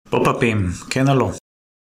פופ-אפים, כן או לא?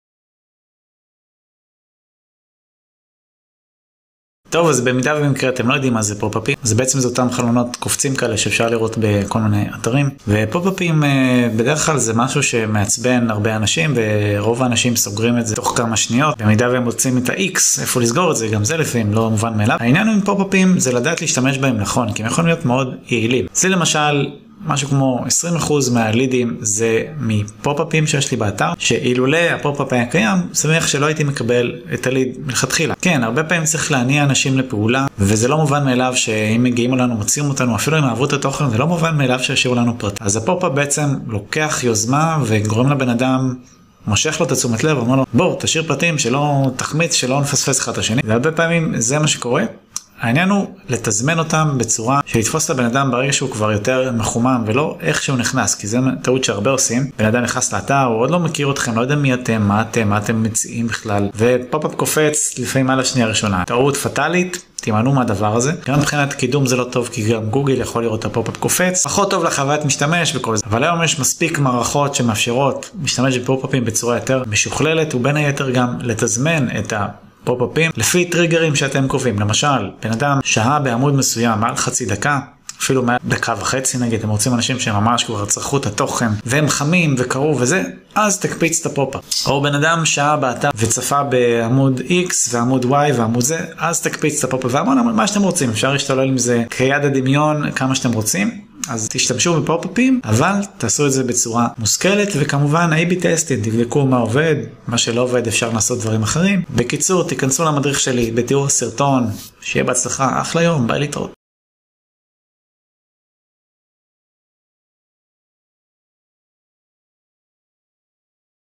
טוב, אז במידה ובמקרה אתם לא יודעים מה זה פופ-אפים, אז בעצם זה אותם חלונות קופצים כאלה שאפשר לראות בכל מיני אתרים, ופופ-אפים בדרך כלל זה משהו שמעצבן הרבה אנשים, ורוב האנשים סוגרים את זה תוך כמה שניות, במידה והם מוצאים את ה-X, איפה לסגור את זה, גם זה לפעמים לא מובן מאליו. העניין עם פופ-אפים זה לדעת להשתמש בהם נכון, כי הם יכולים להיות מאוד יעילים. זה למשל משהו כמו 20% מהלידים זה מפופ-אפים שיש לי באתר, שאילולא הפופ-אפ היה קיים, שמח שלא הייתי מקבל את הליד מלכתחילה. כן, הרבה פעמים צריך להניע אנשים לפעולה, וזה לא מובן מאליו שאם מגיעים אלינו, מוציאים אותנו, אפילו אם אהבו את התוכן, זה לא מובן מאליו שישאירו לנו פרט. אז הפופ-אפ בעצם לוקח יוזמה וגורם לבן אדם, מושך לו את תשומת לב, אומר לו, בוא, תשאיר פרטים שלא תחמיץ, שלא נפספס אחד את השני. והרבה פעמים זה מה שקורה. העניין הוא לתזמן אותם בצורה שלתפוס את הבן אדם ברגע שהוא כבר יותר מחומם, ולא איך שהוא נכנס, כי זה טעות שהרבה עושים. בן אדם נכנס לאתר, הוא עוד לא מכיר אתכם, לא יודע מי אתם, מה אתם מציעים בכלל, ופופ-אפ קופץ לפעמים על השנייה הראשונה. טעות פטלית, תימנעו מהדבר הזה. גם מבחינת קידום זה לא טוב, כי גם גוגל יכול לראות את הפופ-אפ קופץ. פחות טוב לחוויית משתמש וכל זה. אבל היום יש מספיק מערכות שמאפשרות משתמש בפופ-אפים בצורה יותר משוכללת, ובין היתר גם לתזמן את פופ-אפים לפי טריגרים שאתם קובעים. למשל, בן אדם שהה בעמוד מסוים מעל חצי דקה, אפילו מעל דקה וחצי נגיד, אתם רוצים אנשים שממש כבר צרכו את התוכן, והם חמים וקראו וזה, אז תקפיץ את הפופ-אפ. או בן אדם שהה באתר וצפה בעמוד X ועמוד Y ועמוד זה, אז תקפיץ את הפופ-אפ. והמון מה שאתם רוצים, אפשר להשתולל עם זה כיד הדמיון כמה שאתם רוצים. אז תשתמשו בפופ-אפים, אבל תעשו את זה בצורה מושכלת, וכמובן A/B טסטינג, תבדקו מה עובד, מה שלא עובד אפשר לעשות דברים אחרים. בקיצור, תיכנסו למדריך שלי, בתיאור הסרטון, שיהיה בהצלחה, אחלה יום, ביי להתראות.